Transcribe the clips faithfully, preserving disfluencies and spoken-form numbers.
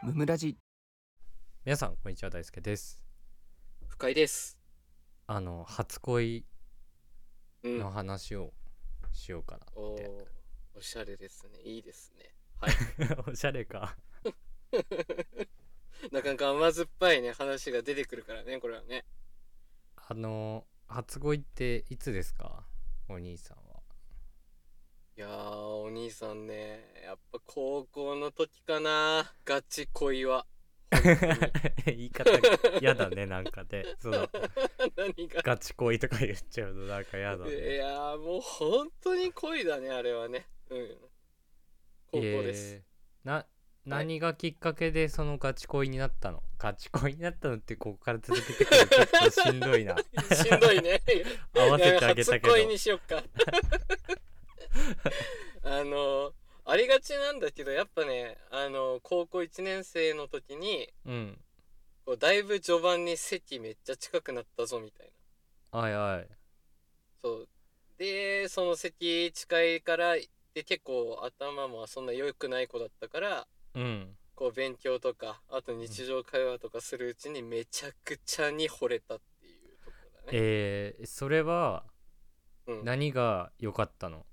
ムムラジ。 皆さんこんにちは、大輔です。 深井です。 あの初恋うんの話をしようかなって、 お, おしゃれですね。いいですね。はいおしゃれかなかなか甘酸っぱいね話が出てくるからね、これはね。 あの初恋っていつですか、お兄さんは。 いやー、お兄さんね、やっぱ高校の時かな、ガチ恋は。 言い方やだね、なんかでその何がガチ恋とか言っちゃうとなんかやだね。 いやー、もう本当に恋だね、あれはね。うん高校です、 えー、な何がきっかけでそのガチ恋になったの、ガチ恋になったのって、ここから続けてくるとちょっとしんどいなしんどいね合わせてあげたけど、 初恋にしよっかあのありがちなんだけど、やっぱね、あの高校いちねん生の時に、 うん、 こうだいぶ序盤に席めっちゃ近くなったぞみたいな。 はいはい。 そうで、その席近いからで、結構頭もそんな良くない子だったから、 うん、 こう勉強とかあと日常会話とかするうちにめちゃくちゃに惚れたっていうところだね。 えー、それはうん何が良かったの。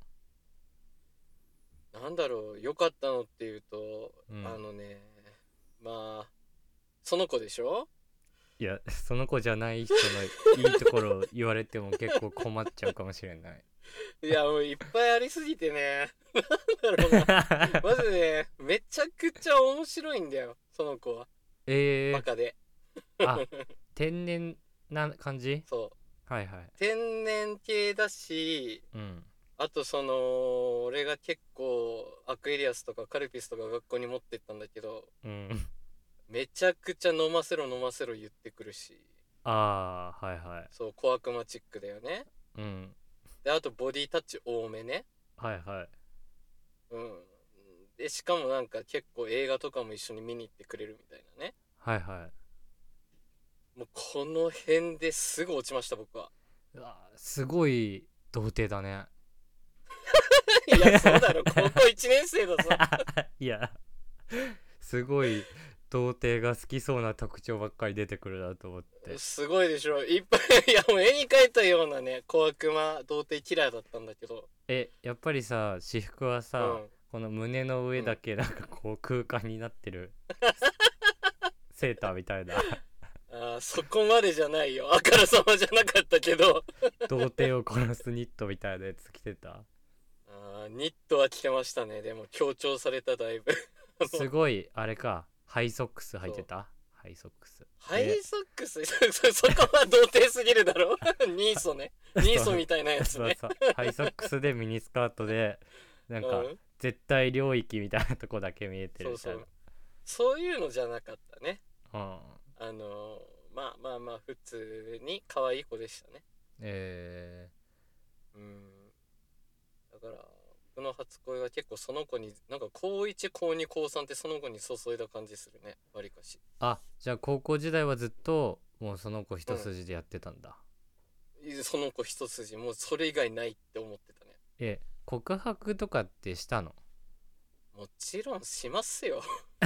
なんだろう、良かったのっていうと、 うん、 あのね、まあその子でしょ。 いや、その子じゃない人のいいところを言われても結構困っちゃうかもしれない。 いや、もういっぱいありすぎてねなんだろうなまずね、めちゃくちゃ面白いんだよ、その子は。 えー、 バカであ、天然な感じ。 そうはいはい。 天然系だし、 うん、 あとその俺が結構アクエリアスとかカルピスとか学校に持ってったんだけど、 うん、 めちゃくちゃ飲ませろ飲ませろ言ってくるし、 ああ、はいはい。 そう小悪魔チックだよね。 うん、 で、あとボディタッチ多めね。 はいはい。 うんで、しかもなんか結構映画とかも一緒に見に行ってくれるみたいなね。 はいはい。 もうこの辺ですぐ落ちました、僕は。 うわ、すごい童貞だねいや、そうだろ、高校いちねん生だぞいや、すごい童貞が好きそうな特徴ばっかり出てくるなと思って。 すごいでしょ、いっぱいいや、もう絵に描いたようなね、小悪魔童貞キラーだったんだけど。 え、やっぱりさ、私服はさ、 うんこの胸の上だけなんかこう空間になってる、セーターみたいなあ、そこまでじゃないよ、あからさまじゃなかったけど童貞を殺すニットみたいなやつ着てた。 あ、ニットは着てましたね。でも強調された、だいぶすごいあれか、ハイソックス履いてた。ハイソックス、 ハイソックスそ, そこは童貞すぎるだろニーソね、ニーソみたいなやつね。 そうそう、ハイソックスでミニスカートでなんか、うん、絶対領域みたいなとこだけ見えてるみたいな。 そうそう、そういうのじゃなかったね。 うん、 あのー、まあまあまあ普通に可愛い子でしたね。 えー、うんだから僕の初恋は結構その子に、なんか高いち高に高さんってその子に注いだ感じするね、わりかし。 あ、じゃあ高校時代はずっともうその子一筋でやってたんだ。 うん、その子一筋、もうそれ以外ないって思ってたね。 え、告白とかってしたの？ もちろんしますよ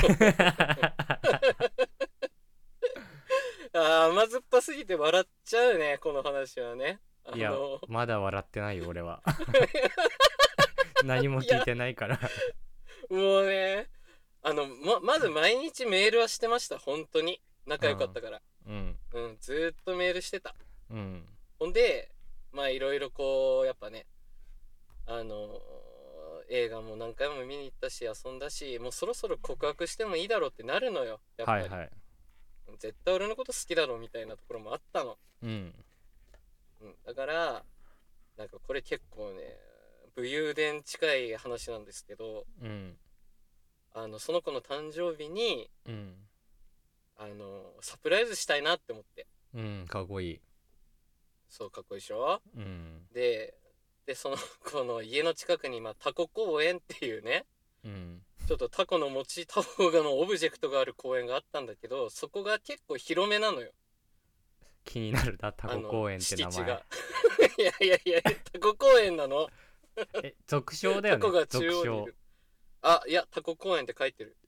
あー、甘酸っぱすぎて笑っちゃうね、この話はね。あのー、 いや、まだ笑ってないよ俺は何も聞いてないからもうね、あの ま, まず毎日メールはしてました。本当に仲良かったから、 うん、 うん、ずーっとメールしてた。 うん、 ほんで、まあいろいろこうやっぱね、あのー、映画も何回も見に行ったし遊んだし、もうそろそろ告白してもいいだろうってなるのよ、やっぱり。はいはい、絶対俺のこと好きだろうみたいなところもあったの。 うん、 うん、だからなんかこれ結構ね武勇伝近い話なんですけど、 うん、 あのその子の誕生日に、 うん、 あのサプライズしたいなって思って。 うん、かっこいい。 そう、かっこいいでしょ、 うん、 ででその子の家の近くに、まあ、タコ公園っていうね、 うん、 ちょっとタコの持ちタコがのオブジェクトがある公園があったんだけど、そこが結構広めなのよ。 気になるな、タコ公園って名前がいやいやいや、タコ公園なのえ、俗称だよね。 タコが中央にいる。あ、いや、タコ公園って書いてる。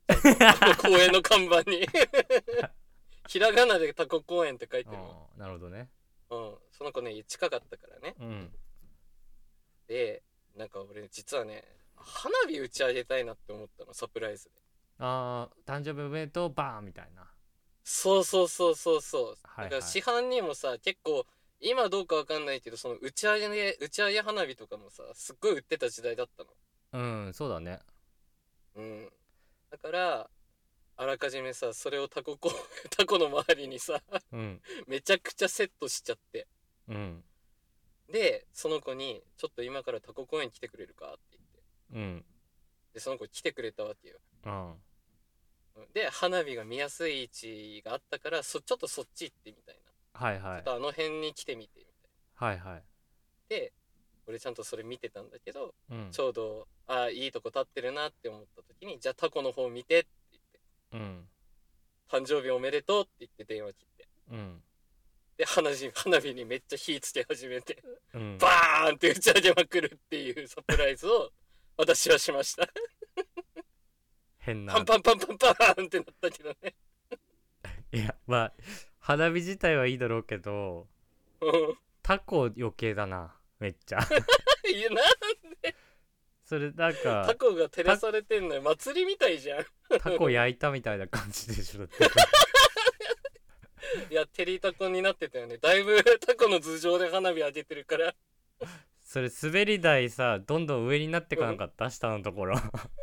ちゃんとタコ公園の看板にひらがなでタコ公園って書いてるの。 なるほどね。 うん、その子ね近かったからね。 うん。 でなんか俺実はね花火打ち上げたいなって思ったの、サプライズで。 ああ、誕生日おめでとうバーンみたいな。 そうそうそうそうそう、 はいはい、 だから市販にもさ結構今どうかわかんないけどその打ち上げで打ち上げ花火とかもさすっごい売ってた時代だったの。 うん、そうだね。 うん、だからあらかじめさそれをタココタコの周りにさ、うん、めちゃくちゃセットしちゃって、うん、でその子に「ちょっと今からタコ公園来てくれるか?」って言って、うん、でその子来てくれたわけよ。うん、で花火が見やすい位置があったからそちょっとそっち行ってみたいな、はいはい、ちょっとあの辺に来てみてみたいな、はいはい、で俺ちゃんとそれ見てたんだけど、うん、ちょうどああいいとこ立ってるなって思った時にじゃあタコの方見てって言って、うん、誕生日おめでとうって言って電話切って、うん、で花火花火にめっちゃ火つけ始めて、うん、バーンって打ち上げまくるっていうサプライズを私はしました変なパンパンパンパンパンってなったけどねいやまあ花火自体はいいだろうけどタコ余計だなめっちゃいやなんでそれなんかタコが照らされてんのよ、祭りみたいじゃんタコ焼いたみたいな感じでしょだっていや照りタコになってたよね、だいぶタコの頭上で花火上げてるからそれ滑り台さどんどん上になってかなかった、うん、下のところ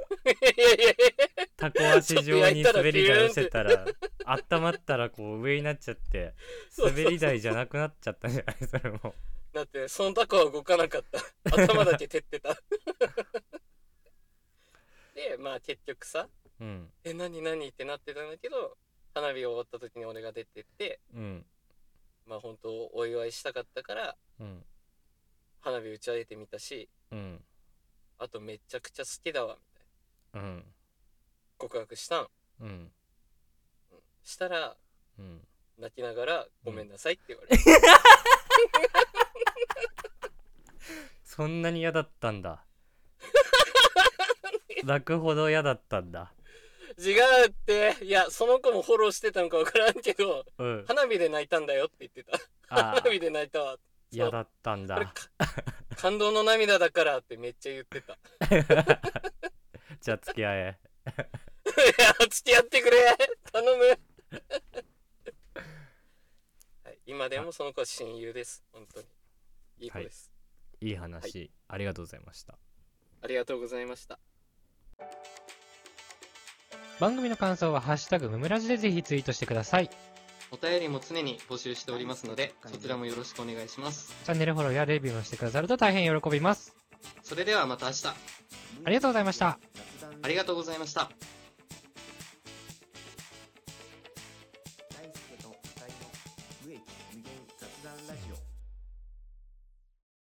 タコ足状に滑り台をしてたら温まったらこう上になっちゃって滑り台じゃなくなっちゃったんじゃないそれもだってそのタコは動かなかった頭だけ照ってたでまあ結局さ、うん、え何何ってなってたんだけど花火終わった時に俺が出てって、うん、まあ本当お祝いしたかったから、うん、花火打ち上げてみたし、うん、あとめちゃくちゃ好きだわみたいな、うん、告白したん、うんうん、したら、うん、泣きながらごめんなさいって言われて、うん、 そんなに嫌だったんだ泣くほど嫌だったんだ。 違うって、いやその子もフォローしてたのか分からんけど、うん、花火で泣いたんだよって言ってた花火で泣いたわ嫌だったんだ感動の涙だからってめっちゃ言ってたじゃあ付き合えいや付き合ってくれ頼むはい、今でもその子は親友です。本当にいい子です、 はい、いい話、はい、ありがとうございました。 ありがとうございました。 番組の感想はハッシュタグムムラジでぜひツイートしてください。 お便りも常に募集しておりますのでそちらもよろしくお願いします。 チャンネルフォローやレビューもしてくださると大変喜びます。 それではまた明日。 ありがとうございました。 ありがとうございました。 大輔と二人の無益無限雑談ラジオ。